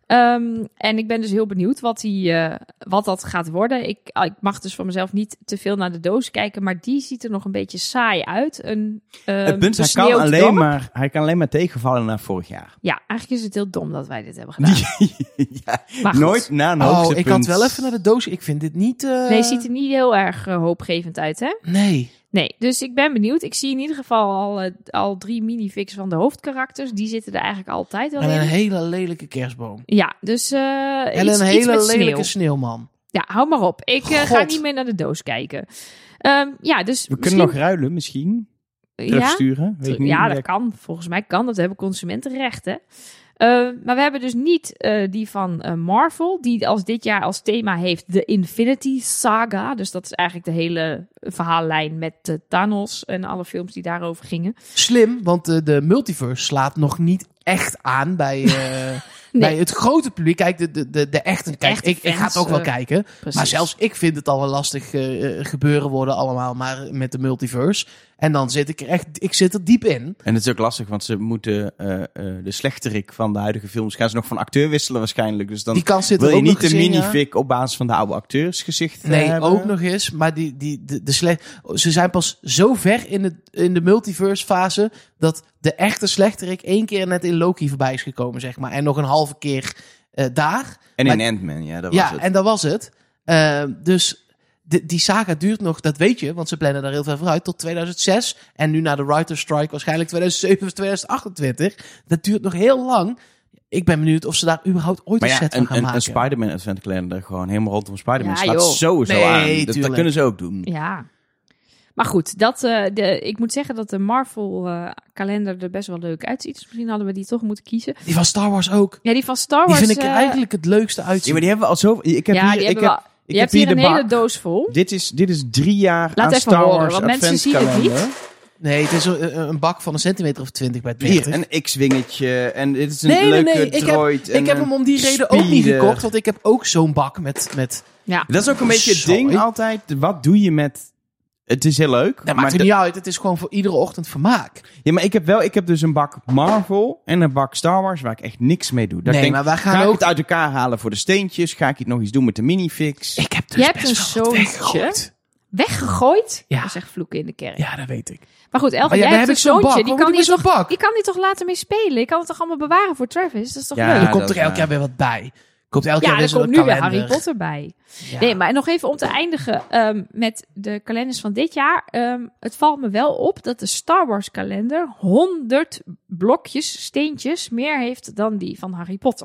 Um, en ik ben dus heel benieuwd wat, die, uh, wat dat gaat worden. Ik, ik mag dus van mezelf niet te veel naar de doos kijken. Maar die ziet er nog een beetje saai uit. Een, uh, Het punt, hij kan, besneeuwd alleen dorp. maar, hij kan alleen maar tegenvallen naar vorig jaar. Ja, eigenlijk is het heel dom dat wij dit hebben gedaan. ja, Maar goed. nooit na een Oh, hoogste ik punt. had wel even naar de doos. Ik vind dit niet... Uh... Nee, het ziet er niet heel erg uh, hoopgevend uit, hè? Nee. Nee, dus ik ben benieuwd. Ik zie in ieder geval al, uh, al drie minifigs van de hoofdkarakters. Die zitten er eigenlijk altijd wel En een in. hele lelijke kerstboom. Ja, dus uh, En iets, een iets hele met sneeuw. lelijke sneeuwman. Ja, hou maar op. Ik uh, ga God. niet meer naar de doos kijken. Um, ja, dus We misschien... kunnen nog ruilen, misschien. ja, Terugsturen. Weet ik niet. ja, dat kan. Volgens mij kan. Dat hebben consumentenrechten. Uh, maar we hebben dus niet uh, die van uh, Marvel, die als dit jaar als thema heeft de Infinity Saga. Dus dat is eigenlijk de hele verhaallijn met uh, Thanos en alle films die daarover gingen. Slim, want uh, de multiverse slaat nog niet echt aan bij, uh, Nee. bij het grote publiek. Kijk, de, de, de, de echte... Kijk, echte ik, ik ga het fans, ook wel uh, kijken. Precies. Maar zelfs ik vind het al een lastig uh, gebeuren worden allemaal, maar met de multiverse. En dan zit ik er echt... Ik zit er diep in. En het is ook lastig, want ze moeten uh, uh, de slechterik van de huidige films gaan ze nog van acteur wisselen waarschijnlijk. Dus dan Die kans zit wil er je ook niet nog de eens in, ja. minifig op basis van de oude acteursgezicht uh, Nee, hebben. ook nog eens. Maar die, die, de, de sle- ze zijn pas zo ver in de, in de multiverse fase dat de echte slechterik één keer net in Loki voorbij is gekomen, zeg maar. En nog een halve keer uh, daar. En Maar- in Ant-Man, ja, dat ja, was het. en dat was het. Uh, dus de, die saga duurt nog, dat weet je, want ze plannen daar heel ver vooruit, tot tweeduizend zes. En nu na de writer's strike waarschijnlijk tweeduizend zeven of tweeduizend achtentwintig. Dat duurt nog heel lang. Ik ben benieuwd of ze daar überhaupt ooit Maar een ja, set van een, gaan een, maken. een Spider-Man Advent Calendar gewoon helemaal rondom Spider-Man Ja, slaat joh. sowieso Nee, aan. Dat, dat tuurlijk. kunnen ze ook doen. Ja. Maar goed, dat, uh, de, ik moet zeggen dat de Marvel-kalender er best wel leuk uitziet. Dus misschien hadden we die toch moeten kiezen. Die van Star Wars ook. Ja, die van Star Die Wars... vind ik er uh, eigenlijk het leukste uitzien. Ja, maar die hebben we al zo... Ik heb ja, hier, die ik hebben heb, we... ik Je heb hebt hier hier een de hele bak. doos vol. Dit is, dit is drie jaar Laat aan even Star horen, Wars want mensen zien het Adventskalender. niet. Nee, het is een, een bak van een centimeter of twintig bij Hier, dertig. een X-wingetje en dit is een Nee, nee, leuke nee. Ik heb, droid. en ik heb een hem om die reden ook niet speeder. gekocht. Want ik heb ook zo'n bak met... met Ja. Dat is ook een beetje het Sorry. ding altijd. Wat doe je met... Het is heel leuk. dat maar maakt er de- niet uit. Het is gewoon voor iedere ochtend vermaak. Ja, maar ik heb wel... Ik heb dus een bak Marvel en een bak Star Wars waar ik echt niks mee doe. Dat Nee, ik denk, maar wij gaan ga ik ook- het uit elkaar halen voor de steentjes? Ga ik het nog iets doen met de minifix? Ik heb dus Je hebt best een wel wat zoontje. weggegooid. Weggegooid? Ja. Dat is echt vloeken in de kerk. Ja, dat weet ik. Maar goed, Elke, Maar ja, jij daar hebt heb een ik zo'n zoontje. bak. Die Wat kan, moet ik die met zo'n toch, bak? die kan die toch laten mee spelen? Je kan het toch allemaal bewaren voor Travis? Dat is toch Ja, leuk? Je dat komt is er elk waar. jaar weer wat bij. Komt elk Ja, jaar weer er zo'n komt nu weer kalender. Harry Potter bij. Ja. Nee, maar nog even om te eindigen um, met de kalenders van dit jaar. Um, het valt me wel op dat de Star Wars kalender honderd blokjes, steentjes, meer heeft dan die van Harry Potter.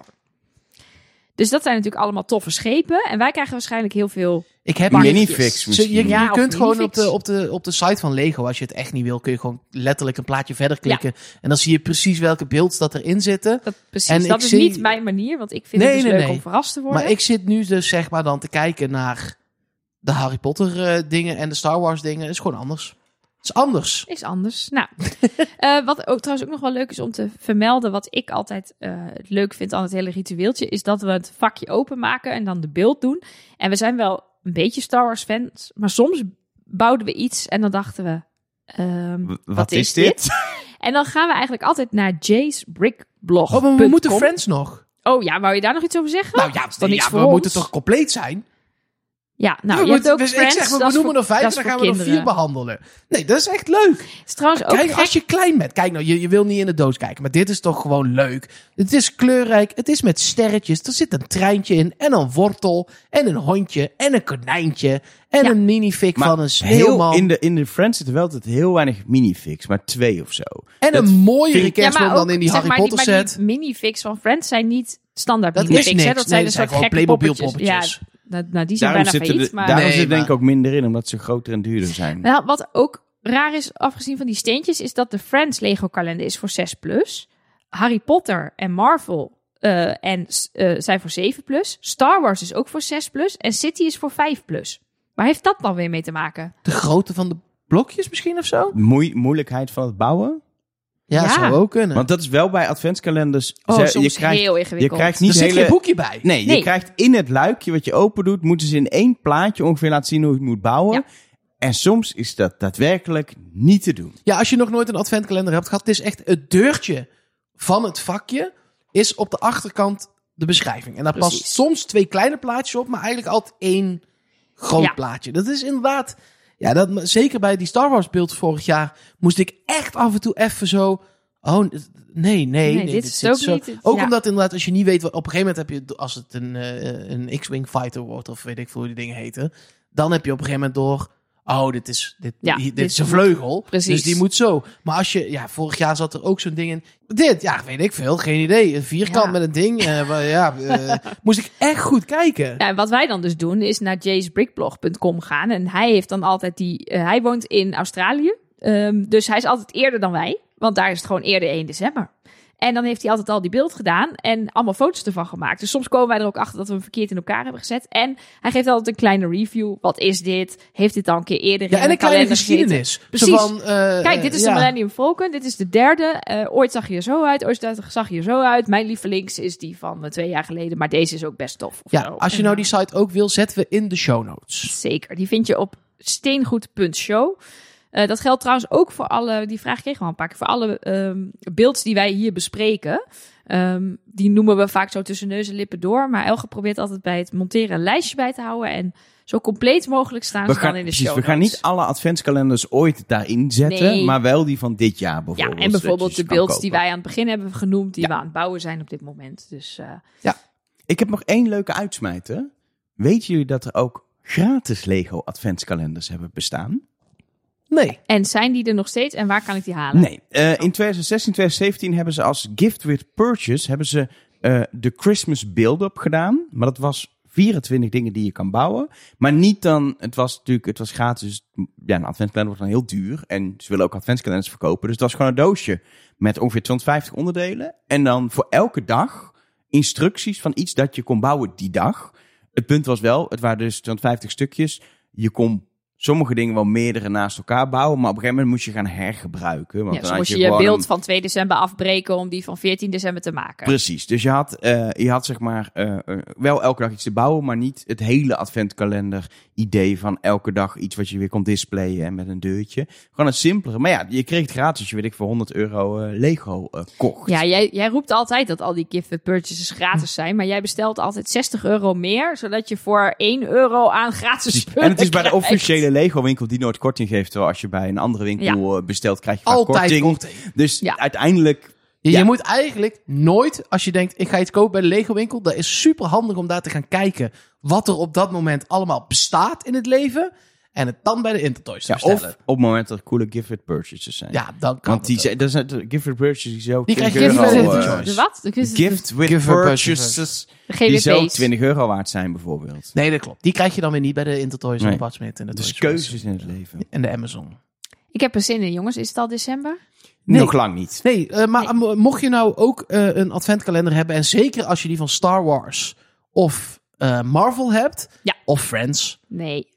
Dus dat zijn natuurlijk allemaal toffe schepen. En wij krijgen waarschijnlijk heel veel... Ik heb Minifix Zo, misschien. je je Ja, of kunt gewoon op minifix. de, op, de, op de site van Lego, als je het echt niet wil, kun je gewoon letterlijk een plaatje verder klikken. En dan zie je precies welke beelds dat erin zitten. Dat, precies, En dat ik is zie- niet mijn manier, want ik vind Nee, het dus nee, leuk nee. om verrast te worden. Maar ik zit nu dus zeg maar dan te kijken naar de Harry Potter eh, dingen en de Star Wars dingen. Dat is gewoon anders. is anders. Is anders. Nou, uh, wat ook trouwens ook nog wel leuk is om te vermelden, wat ik altijd uh, leuk vind aan het hele ritueeltje, is dat we het vakje openmaken en dan de beeld doen. En we zijn wel een beetje Star Wars fans, maar soms bouwden we iets en dan dachten we, um, wat, wat is, is dit? dit? En dan gaan we eigenlijk altijd naar Jay's Brickblog. Oh, maar we moeten Friends nog. Oh ja, wou je daar nog iets over zeggen? Nou ja, is dan nee, iets ja voor we ons? moeten toch compleet zijn? Ja, nou, we je hebt moeten, ook dus Friends. ik zeg, we dat is noemen voor- er vijf, dat is dan gaan voor we er vier kinderen. behandelen. Nee, dat is echt leuk. Het is trouwens ook Kijk, gek. als je klein bent. Kijk nou, je, je wil niet in de doos kijken. Maar dit is toch gewoon leuk. Het is kleurrijk. Het is met sterretjes. Er zit een treintje in. En een wortel. En een hondje. En een konijntje. En Ja. een minifig Maar van een heel, sneeuwman. in, de, in de Friends zitten wel altijd heel weinig minifigs, maar twee of zo. En Dat een mooiere vind ik- kerstboom maar dan ook, in die zeg Harry maar, Potter die, maar set. die minifigs van Friends zijn niet standaard Dat is minifigs. niks. Hè? Dat Nee, zijn dat een zijn soort gewoon gekke Playmobil poppetjes. poppetjes. Ja, nou, nou, die zijn Daarom bijna zitten, failliet. de, Maar... daarom Nee, zit denk ik maar- ook minder in, omdat ze groter en duurder zijn. Wel, wat ook raar is, afgezien van die steentjes, is dat de Friends Lego kalender is voor zes plus. Harry Potter en Marvel uh, en, uh, zijn voor zeven plus. Star Wars is ook voor zes plus. En City is voor vijf plus. Waar heeft dat dan weer mee te maken? De grootte van de blokjes misschien of zo? Moe- moeilijkheid van het bouwen. Ja, Ja. zou ook kunnen. Want dat is wel bij adventskalenders. Oh, Ze- soms je krijgt, heel je ingewikkeld. krijgt er niet zit hele... geen boekje bij. Nee, Nee. je krijgt in het luikje wat je open doet, moeten ze in één plaatje ongeveer laten zien hoe je het moet bouwen. Ja. En soms is dat daadwerkelijk niet te doen. Ja, als je nog nooit een adventkalender hebt gehad, het is echt het deurtje van het vakje is op de achterkant de beschrijving. En daar past Precies. soms twee kleine plaatjes op, maar eigenlijk altijd één groot Ja. plaatje. Dat is inderdaad, ja, dat, zeker bij die Star Wars beeld vorig jaar moest ik echt af en toe even zo, oh nee, nee, nee, Nee, dit is zit ook zo. niet het- Ook ja. omdat inderdaad, als je niet weet wat, op een gegeven moment heb je, als het een, eh, een X-Wing fighter wordt of weet ik veel hoe die dingen heten, dan heb je op een gegeven moment door, oh, dit is, dit, Ja, hier- dit, dit is een moet- vleugel. Precies. Dus die moet zo. Maar als je, ja, vorig jaar zat er ook zo'n ding in. Dit, ja, weet ik veel, geen idee. Een vierkant Ja. met een ding. eh, waar, ja, eh, moest ik echt goed kijken. Ja, en wat wij dan dus doen, is naar jays brickblog punt com gaan. En hij heeft dan altijd die... uh, hij woont in Australië. Um, dus hij is altijd eerder dan wij. Want daar is het gewoon eerder één december. En dan heeft hij altijd al die beeld gedaan en allemaal foto's ervan gemaakt. Dus soms komen wij er ook achter dat we hem verkeerd in elkaar hebben gezet. En hij geeft altijd een kleine review. Wat is dit? Heeft dit al een keer eerder Ja, in en een kleine kalender gezeten? geschiedenis. Precies. Zo van, eh, Kijk, dit is ja. de Millennium Falcon. Dit is de derde. Uh, ooit zag hij er zo uit. Ooit zag hij er zo uit. Mijn lievelings is die van uh, twee jaar geleden. Maar deze is ook best tof. Of Ja, zo. als je nou die site ook wil, zetten we in de show notes. Zeker. Die vind je op steengoed punt show. Uh, dat geldt trouwens ook voor alle, die vraag kregen we al een paar keer, voor alle um, beelds die wij hier bespreken. Um, die noemen we vaak zo tussen neus en lippen door. Maar Elge probeert altijd bij het monteren een lijstje bij te houden. En zo compleet mogelijk staan We ze gaan, dan in de precies, show we gaan notes. niet alle adventskalenders ooit daarin zetten, Nee. maar wel die van dit jaar Ja, bijvoorbeeld. en bijvoorbeeld dat je de ze kan beelds die kopen. wij aan het begin hebben genoemd, die Ja. we aan het bouwen zijn op dit moment. Dus uh, Ik heb nog één leuke uitsmijter. Weten jullie dat er ook gratis Lego adventskalenders hebben bestaan? Nee. en zijn die er nog steeds en waar kan ik die halen? Nee. Uh, in twintig zestien, twintig zeventien hebben ze als gift with purchase hebben ze uh, de Christmas build-up gedaan. Maar dat was vierentwintig dingen die je kan bouwen. Maar niet dan, het was natuurlijk, het was gratis. Dus, ja, een adventskalender wordt dan heel duur. En ze willen ook adventskalenders verkopen. Dus het was gewoon een doosje met ongeveer tweehonderdvijftig onderdelen. En dan voor elke dag instructies van iets dat je kon bouwen die dag. Het punt was wel, het waren dus tweehonderdvijftig stukjes. Je kon sommige dingen wel meerdere naast elkaar bouwen, maar op een gegeven moment moest je gaan hergebruiken. Want Ja, dan zo had moest je je gewoon beeld een- van twee december afbreken om die van veertien december te maken. Precies, dus je had, uh, je had zeg maar uh, uh, wel elke dag iets te bouwen, maar niet het hele adventkalender idee van elke dag iets wat je weer kon displayen en met een deurtje. Gewoon het simpelere. Maar ja, je kreeg het gratis als je weet ik voor honderd euro uh, Lego uh, kocht. Ja, jij, jij roept altijd dat al die gift purchases gratis zijn, maar jij bestelt altijd zestig euro meer, zodat je voor één euro aan gratis Precies. spullen En het is bij de krijgt. officiële Lego winkel die nooit korting geeft, terwijl als je bij een andere winkel uh, bestelt, krijg je vaak Altijd korting. korting. Dus Ja. uiteindelijk... Je, Ja. je moet eigenlijk nooit, als je denkt, ik ga iets kopen bij de Lego winkel, dat is super handig om daar te gaan kijken wat er op dat moment allemaal bestaat in het leven. En het dan bij de Intertoys te Ja, bestellen. of op het moment dat er coole gift with purchases zijn. Ja, dan kan Want die, het zijn- dat zijn de gift with purchases die zo Die krijg je twintig gift euro, with uh, choice. De wat? De gift, gift with Gift with purchases de die zo G W P's. twintig euro waard zijn bijvoorbeeld. Nee, dat klopt. Die krijg je dan weer niet bij de Intertoys en Nee. de Bart Smit en de Dus Toys R Us. keuzes in het leven. En de Amazon. Ik heb er zin in, jongens. Is het al december? Nee. Nog lang niet. Nee, uh, maar mo- mocht je nou ook uh, een adventkalender hebben, en zeker als je die van Star Wars of uh, Marvel hebt, Ja. of Friends, Nee.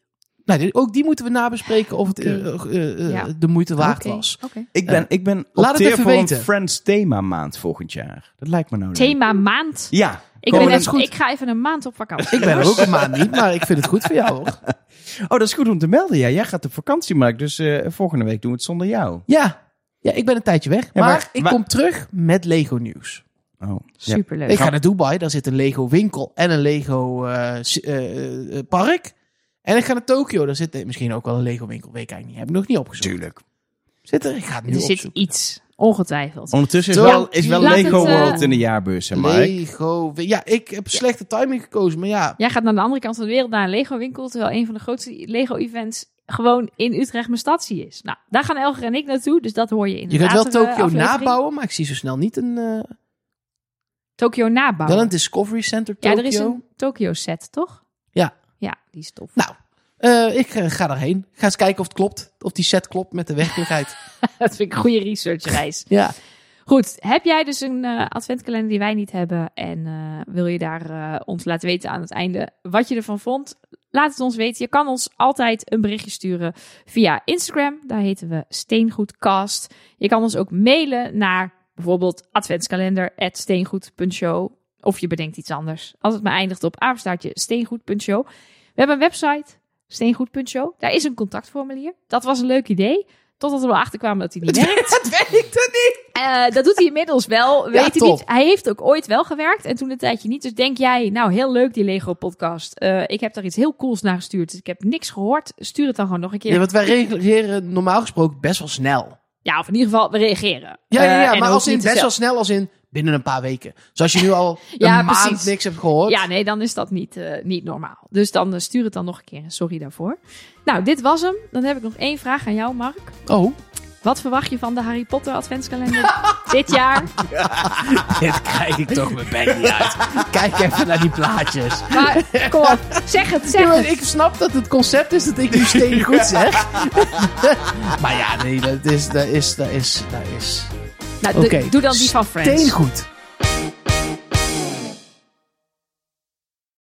Nou, die, ook die moeten we nabespreken of het Okay. uh, uh, uh, Ja. de moeite waard Oké, was. oké. Ik ben, ik ben laat het opteer even voor weten. een Friends thema maand volgend jaar. Dat lijkt me nou leuk. Thema maand. Ja. Ik, Komen ben we- dat net, is goed. ik ga even een maand op vakantie. Ik ben er ook een maand niet, maar ik vind het goed voor jou, hoor. Oh, dat is goed om te melden. Ja, jij gaat op vakantie, Mark. Dus uh, volgende week doen we het zonder jou. Ja, ja ik ben een tijdje weg. Ja, maar, maar- ik maar- kom terug met Lego nieuws. Oh, ja. Superleuk. Ik ga naar Dubai, daar zit een Lego winkel en een Lego uh, s- uh, uh, park. En ik ga naar Tokio, daar zit misschien ook wel een Lego winkel. Weet ik eigenlijk niet, heb ik nog niet opgezocht. Tuurlijk. Zit er? Ik ga het nu Er zit opzoeken. iets, ongetwijfeld. Ondertussen is Zo, wel, is wel laat Lego het, uh, World in de jaarbeurs, hè, Mark? Lego, wi- ja, ik heb slechte timing gekozen, maar ja. Jij gaat naar de andere kant van de wereld naar een Lego-winkel, terwijl een van de grootste Lego-events gewoon in Utrecht mijn stadje is. Nou, daar gaan Elger en ik naartoe, dus dat hoor je in de Je gaat wel latere Tokio aflevering. nabouwen, maar ik zie zo snel niet een... Uh, Tokio nabouwen. wel een Discovery Center ja, Tokio. er is een Tokio-set, toch? Ja. Ja, die is tof. Nou, uh, ik uh, ga daarheen. Ga eens kijken of het klopt. Of die set klopt met de werkelijkheid. Dat vind ik een goede researchreis. Ja. Goed, heb jij dus een uh, adventkalender die wij niet hebben en uh, wil je daar uh, ons laten weten aan het einde wat je ervan vond? Laat het ons weten. Je kan ons altijd een berichtje sturen via Instagram. Daar heten we Steengoedcast. Je kan ons ook mailen naar bijvoorbeeld adventskalender at steengoed punt show. Of je bedenkt iets anders. Als het maar eindigt op apenstaartje steengoed punt show. We hebben een website, steengoed punt show. Daar is een contactformulier. Dat was een leuk idee. Totdat we erachter kwamen dat hij niet werkt. Het werkt niet! Uh, dat doet hij inmiddels wel. Weet Ja, hij, top. niet. Hij heeft ook ooit wel gewerkt en toen een tijdje niet. Dus denk jij, nou heel leuk die Lego podcast. Uh, ik heb daar iets heel cools naar gestuurd. Dus ik heb niks gehoord. Stuur het dan gewoon nog een keer. Ja, want wij reageren normaal gesproken best wel snel. Ja, of in ieder geval, we reageren. Ja, ja, Uh, ja en maar ook als in niet best te wel snel als in binnen een paar weken. Zoals je nu al Ja, een maand precies. niks hebt gehoord. Ja, nee, dan is dat niet, uh, niet normaal. Dus dan uh, stuur het dan nog een keer. Sorry daarvoor. Nou, dit was hem. Dan heb ik nog één vraag aan jou, Mark. Oh, Wat verwacht je van de Harry Potter adventskalender dit jaar? dit krijg ik toch mijn bek niet uit. Kijk even naar die plaatjes. Maar kom op, zeg het, zeg Ja, maar het. ik snap dat het concept is dat ik nu steen goed zeg. Maar ja, nee, dat is, dat is, dat is, dat is. Nou, de- Oké. doe dan die van Friends. Steengoed.